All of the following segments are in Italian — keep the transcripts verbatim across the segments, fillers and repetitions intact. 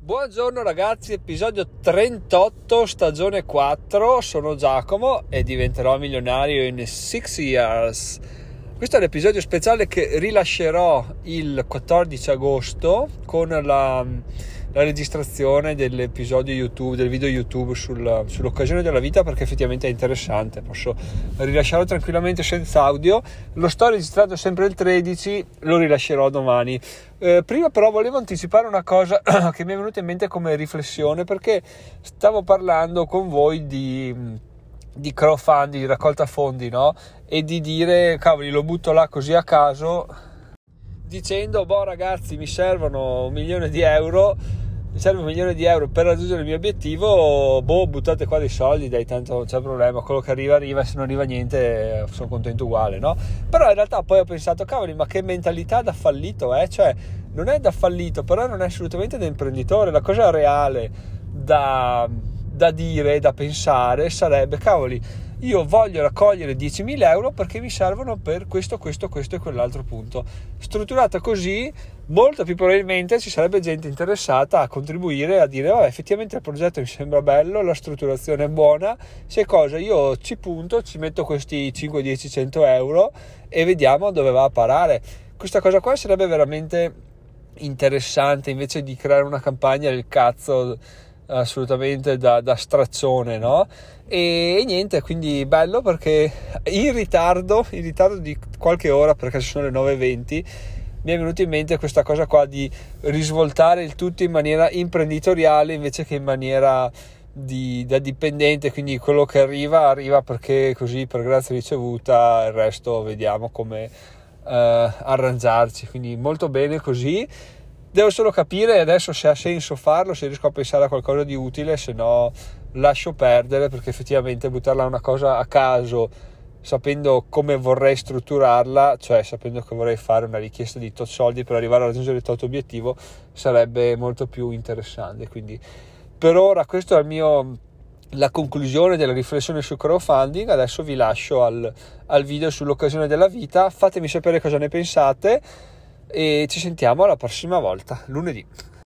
Buongiorno ragazzi, episodio trentotto, stagione quattro, sono Giacomo e diventerò milionario in sei years. Questo è l'episodio speciale che rilascerò il quattordici agosto con la, la registrazione dell'episodio YouTube, del video YouTube sul, sull'occasione della vita, perché effettivamente è interessante, posso rilasciarlo tranquillamente senza audio. Lo sto registrando sempre il tredici, lo rilascerò domani. Eh, prima però volevo anticipare una cosa che mi è venuta in mente come riflessione, perché stavo parlando con voi di, di crowdfunding, di raccolta fondi, no? E di dire, cavoli, lo butto là così a caso, dicendo, boh ragazzi, mi servono un milione di euro, mi serve un milione di euro per raggiungere il mio obiettivo, boh, buttate qua dei soldi, dai, tanto non c'è problema, quello che arriva arriva, e se non arriva niente sono contento uguale, no? Però in realtà poi ho pensato, cavoli, ma che mentalità da fallito, eh? Cioè, non è da fallito, però non è assolutamente da imprenditore. La cosa reale da, da dire, da pensare sarebbe, cavoli, io voglio raccogliere diecimila euro perché mi servono per questo, questo, questo e quell'altro punto. Strutturata così, molto più probabilmente ci sarebbe gente interessata a contribuire, a dire, vabbè, effettivamente il progetto mi sembra bello, la strutturazione è buona, se cosa, io ci punto, ci metto questi cinque, dieci, cento euro e vediamo dove va a parare. Questa cosa qua sarebbe veramente interessante, invece di creare una campagna del cazzo assolutamente da, da straccione, no? E, e niente, quindi bello, perché in ritardo in ritardo di qualche ora, perché sono le nove e venti, mi è venuto in mente questa cosa qua di risvoltare il tutto in maniera imprenditoriale invece che in maniera di, da dipendente, quindi quello che arriva arriva perché così, per grazia ricevuta, il resto vediamo come uh, arrangiarci. Quindi molto bene così. Devo solo capire adesso se ha senso farlo, se riesco a pensare a qualcosa di utile, se no lascio perdere, perché effettivamente buttarla una cosa a caso, sapendo come vorrei strutturarla, cioè sapendo che vorrei fare una richiesta di tot soldi per arrivare a raggiungere il tot obiettivo, sarebbe molto più interessante. Quindi per ora questo è il mio, la conclusione della riflessione sul crowdfunding. Adesso vi lascio al, al video sull'occasione della vita, fatemi sapere cosa ne pensate e ci sentiamo alla prossima volta, lunedì.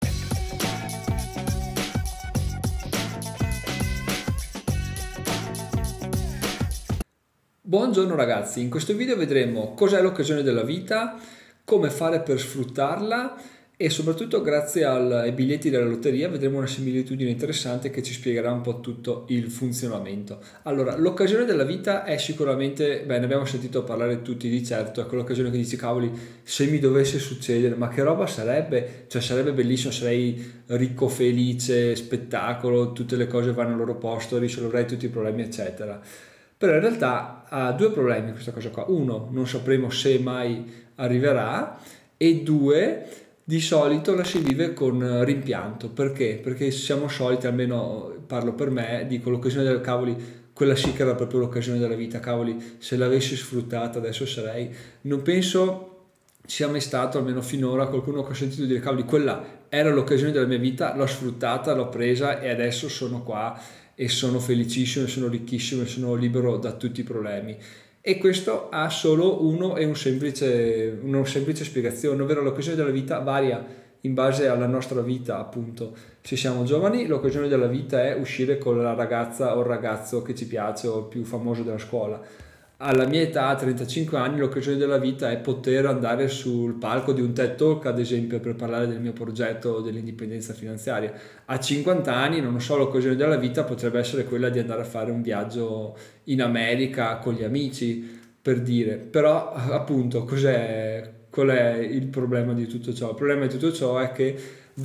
Buongiorno ragazzi, in questo video vedremo cos'è l'occasione della vita, come fare per sfruttarla e soprattutto, grazie al, ai biglietti della lotteria, vedremo una similitudine interessante che ci spiegherà un po' tutto il funzionamento. Allora, l'occasione della vita è sicuramente, beh, ne abbiamo sentito parlare tutti di certo, è quell'occasione che dici, cavoli, se mi dovesse succedere, ma che roba sarebbe? Cioè sarebbe bellissimo, sarei ricco, felice, spettacolo, tutte le cose vanno al loro posto, risolverei tutti i problemi, eccetera. Però in realtà ha due problemi questa cosa qua. Uno, non sapremo se mai arriverà, e due, di solito la si vive con rimpianto. Perché? Perché siamo soliti, almeno parlo per me, dico l'occasione del cavoli, quella sì che era proprio l'occasione della vita, cavoli, se l'avessi sfruttata adesso sarei... Non penso sia mai stato, almeno finora, qualcuno che ho sentito dire, cavoli, quella era l'occasione della mia vita, l'ho sfruttata, l'ho presa e adesso sono qua e sono felicissimo, sono ricchissimo e sono libero da tutti i problemi. E questo ha solo uno e un semplice, una semplice spiegazione, ovvero l'occasione della vita varia in base alla nostra vita, appunto. Se siamo giovani, l'occasione della vita è uscire con la ragazza o il ragazzo che ci piace o il più famoso della scuola. Alla mia età, a trentacinque anni, l'occasione della vita è poter andare sul palco di un TED Talk, ad esempio, per parlare del mio progetto dell'indipendenza finanziaria. A cinquanta anni, non so, l'occasione della vita potrebbe essere quella di andare a fare un viaggio in America con gli amici, per dire. Però, appunto, cos'è, qual è il problema di tutto ciò? Il problema di tutto ciò è che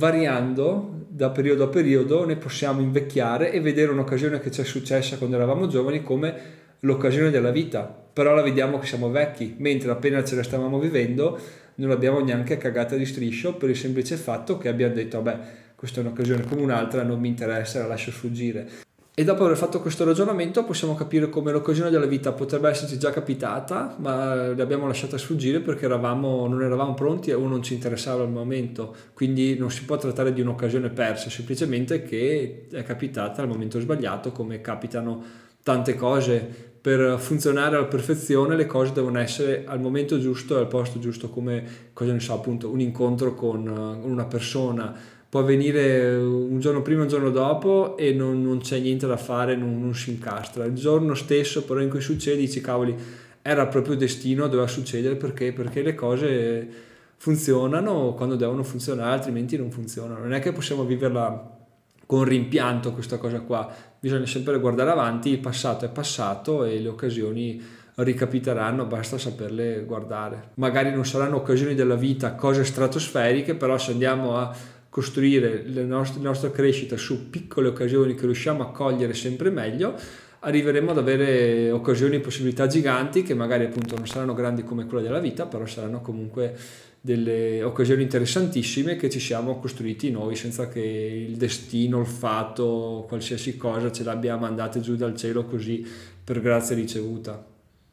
variando da periodo a periodo ne possiamo invecchiare e vedere un'occasione che ci è successa quando eravamo giovani come l'occasione della vita, però la vediamo che siamo vecchi, mentre appena ce la stavamo vivendo non l'abbiamo neanche cagata di striscio, per il semplice fatto che abbiamo detto, vabbè, questa è un'occasione come un'altra, non mi interessa, la lascio sfuggire. E dopo aver fatto questo ragionamento possiamo capire come l'occasione della vita potrebbe esserci già capitata, ma l'abbiamo lasciata sfuggire perché eravamo, non eravamo pronti o non ci interessava al momento. Quindi non si può trattare di un'occasione persa, semplicemente che è capitata al momento sbagliato, come capitano tante cose. Per funzionare alla perfezione le cose devono essere al momento giusto e al posto giusto, come, cosa ne so, appunto, un incontro con una persona può avvenire un giorno prima, un giorno dopo e non, non c'è niente da fare, non, non si incastra. Il giorno stesso però in cui succede dici cavoli, era proprio destino, doveva succedere, perché? Perché le cose funzionano quando devono funzionare, altrimenti non funzionano. Non è che possiamo viverla con rimpianto questa cosa qua, bisogna sempre guardare avanti, il passato è passato e le occasioni ricapiteranno, basta saperle guardare. Magari non saranno occasioni della vita, cose stratosferiche, però se andiamo a costruire la nostra, la nostra crescita su piccole occasioni che riusciamo a cogliere sempre meglio, arriveremo ad avere occasioni e possibilità giganti che magari appunto non saranno grandi come quella della vita, però saranno comunque delle occasioni interessantissime che ci siamo costruiti noi senza che il destino, il fato, qualsiasi cosa ce l'abbia mandate giù dal cielo così per grazia ricevuta.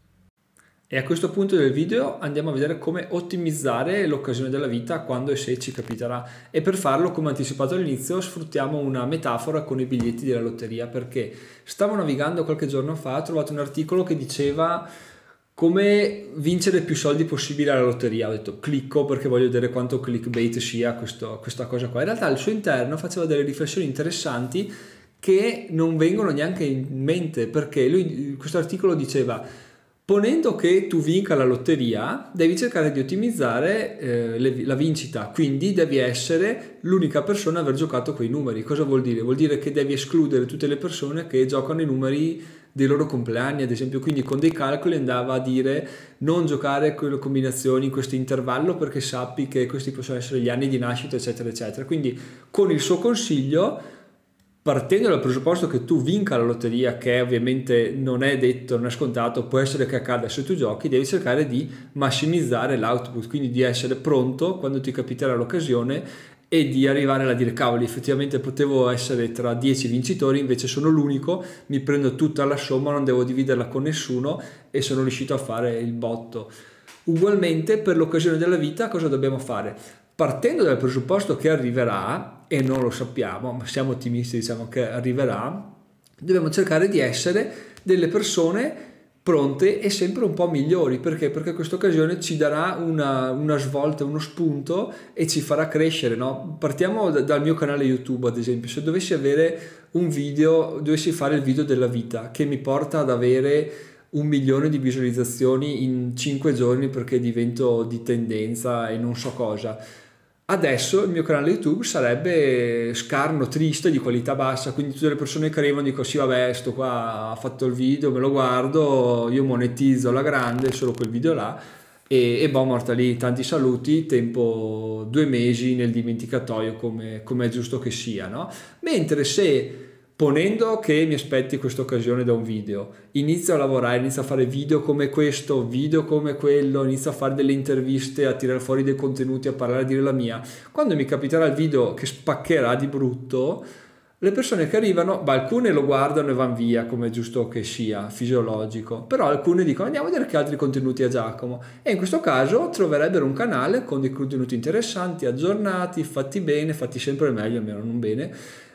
E a questo punto del video andiamo a vedere come ottimizzare l'occasione della vita quando e se ci capiterà, e per farlo, come anticipato all'inizio, sfruttiamo una metafora con i biglietti della lotteria, perché stavo navigando qualche giorno fa, ho trovato un articolo che diceva come vincere più soldi possibile alla lotteria. Ho detto clicco perché voglio vedere quanto clickbait sia questo, questa cosa qua. In realtà al suo interno faceva delle riflessioni interessanti che non vengono neanche in mente, perché lui, questo articolo diceva: ponendo che tu vinca la lotteria, devi cercare di ottimizzare eh, le, la vincita, quindi devi essere l'unica persona a aver giocato quei numeri. Cosa vuol dire? Vuol dire che devi escludere tutte le persone che giocano i numeri dei loro compleanni, ad esempio. Quindi con dei calcoli andava a dire non giocare con le combinazioni in questo intervallo perché sappi che questi possono essere gli anni di nascita, eccetera eccetera. Quindi con il suo consiglio, partendo dal presupposto che tu vinca la lotteria, che ovviamente non è detto, non è scontato, può essere che accada se tu giochi, devi cercare di massimizzare l'output, quindi di essere pronto quando ti capiterà l'occasione e di arrivare a dire cavoli, effettivamente potevo essere tra dieci vincitori, invece sono l'unico, mi prendo tutta la somma, non devo dividerla con nessuno e sono riuscito a fare il botto. Ugualmente per l'occasione della vita cosa dobbiamo fare? Partendo dal presupposto che arriverà, e non lo sappiamo, ma siamo ottimisti, diciamo che arriverà, dobbiamo cercare di essere delle persone pronte e sempre un po' migliori. Perché? Perché questa occasione ci darà una, una svolta, uno spunto e ci farà crescere, no? Partiamo da, dal mio canale YouTube, ad esempio. Se dovessi avere un video, dovessi fare il video della vita che mi porta ad avere un milione di visualizzazioni in cinque giorni perché divento di tendenza e non so cosa, adesso il mio canale YouTube sarebbe scarno, triste, di qualità bassa, quindi tutte le persone che arrivano dicono sì vabbè, sto qua ha fatto il video, me lo guardo, io monetizzo alla grande solo quel video là e, e boh, morta lì, tanti saluti, tempo due mesi nel dimenticatoio come, come è giusto che sia, no? Mentre se, ponendo che mi aspetti questa occasione da un video, inizio a lavorare, inizio a fare video come questo, video come quello, inizio a fare delle interviste, a tirare fuori dei contenuti, a parlare, a dire la mia, quando mi capiterà il video che spaccherà di brutto, le persone che arrivano, beh, alcune lo guardano e vanno via, come è giusto che sia, fisiologico, però alcune dicono andiamo a vedere che altri contenuti ha Giacomo, e in questo caso troverebbero un canale con dei contenuti interessanti, aggiornati, fatti bene, fatti sempre meglio, almeno non bene,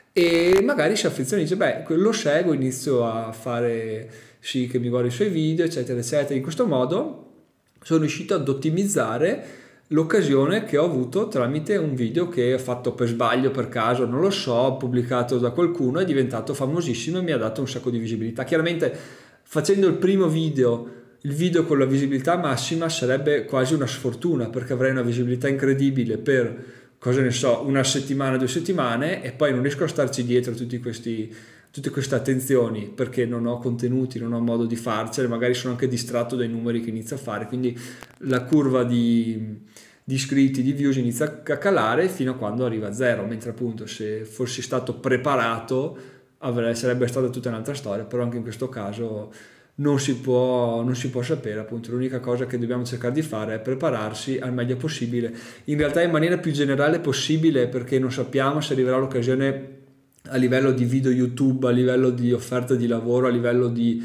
e magari si affeziona e dice beh, lo seguo, inizio a fare sì che mi guardo i suoi video, eccetera eccetera. In questo modo sono riuscito ad ottimizzare l'occasione che ho avuto tramite un video che ho fatto per sbaglio, per caso, non lo so, pubblicato da qualcuno, è diventato famosissimo e mi ha dato un sacco di visibilità. Chiaramente facendo il primo video, il video con la visibilità massima, sarebbe quasi una sfortuna perché avrei una visibilità incredibile per, cosa ne so, una settimana, due settimane, e poi non riesco a starci dietro tutti questi, tutte queste attenzioni perché non ho contenuti, non ho modo di farcele, magari sono anche distratto dai numeri che inizio a fare, quindi la curva di, di iscritti, di views inizia a calare fino a quando arriva a zero, mentre appunto se fossi stato preparato avrei, sarebbe stata tutta un'altra storia, però anche in questo caso non si può, non si può sapere, appunto. L'unica cosa che dobbiamo cercare di fare è prepararsi al meglio possibile, in realtà in maniera più generale possibile, perché non sappiamo se arriverà l'occasione a livello di video YouTube, a livello di offerta di lavoro, a livello di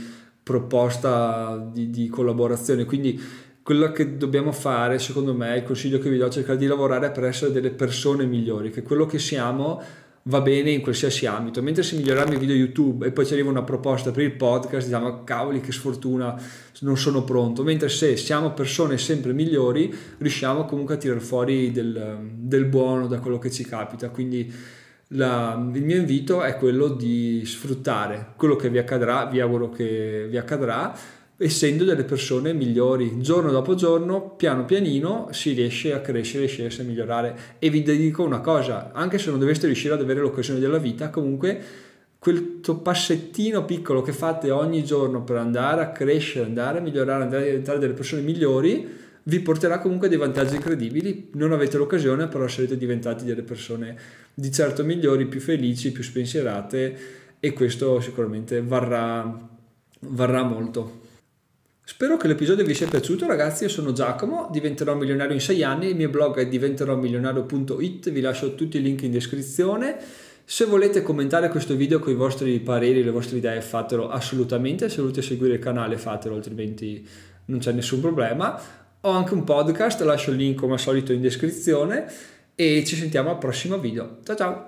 proposta di, di collaborazione. Quindi quello che dobbiamo fare, secondo me, il consiglio che vi do, è cercare di lavorare per essere delle persone migliori, che quello che siamo va bene in qualsiasi ambito. Mentre se miglioriamo i video YouTube e poi ci arriva una proposta per il podcast, diciamo cavoli che sfortuna, non sono pronto. Mentre se siamo persone sempre migliori, riusciamo comunque a tirare fuori del, del buono da quello che ci capita. Quindi la, il mio invito è quello di sfruttare quello che vi accadrà, vi auguro che vi accadrà, essendo delle persone migliori. Giorno dopo giorno, piano pianino, si riesce a crescere, si riesce a migliorare. E vi dico una cosa, anche se non doveste riuscire ad avere l'occasione della vita, comunque quel passettino piccolo che fate ogni giorno per andare a crescere, andare a migliorare, andare a diventare delle persone migliori, vi porterà comunque dei vantaggi incredibili. Non avete l'occasione, però sarete diventati delle persone di certo migliori, più felici, più spensierate, e questo sicuramente varrà, varrà molto. Spero che l'episodio vi sia piaciuto, ragazzi. Io sono Giacomo, diventerò milionario in sei anni, il mio blog è diventerò milionario punto it, vi lascio tutti i link in descrizione. Se volete commentare questo video con i vostri pareri, le vostre idee, fatelo assolutamente. Se volete seguire il canale, fatelo, altrimenti non c'è nessun problema. Ho anche un podcast, lascio il link come al solito in descrizione, e ci sentiamo al prossimo video. Ciao ciao!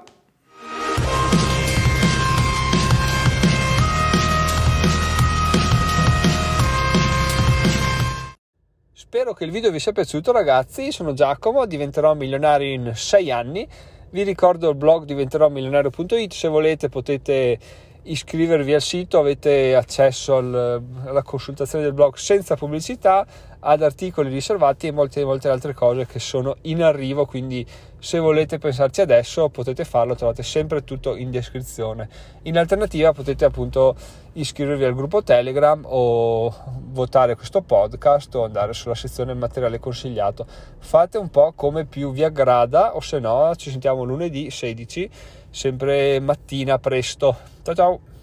Spero che il video vi sia piaciuto, ragazzi. Sono Giacomo, diventerò milionario in sei anni. Vi ricordo il blog diventerò milionario punto it, se volete potete iscrivervi al sito, avete accesso al, alla consultazione del blog senza pubblicità, ad articoli riservati e molte, molte altre cose che sono in arrivo, quindi se volete pensarci adesso potete farlo, trovate sempre tutto in descrizione. In alternativa potete appunto iscrivervi al gruppo Telegram o votare questo podcast o andare sulla sezione materiale consigliato. Fate un po' come più vi aggrada, o se no ci sentiamo lunedì sedici, sempre mattina presto. Ciao ciao!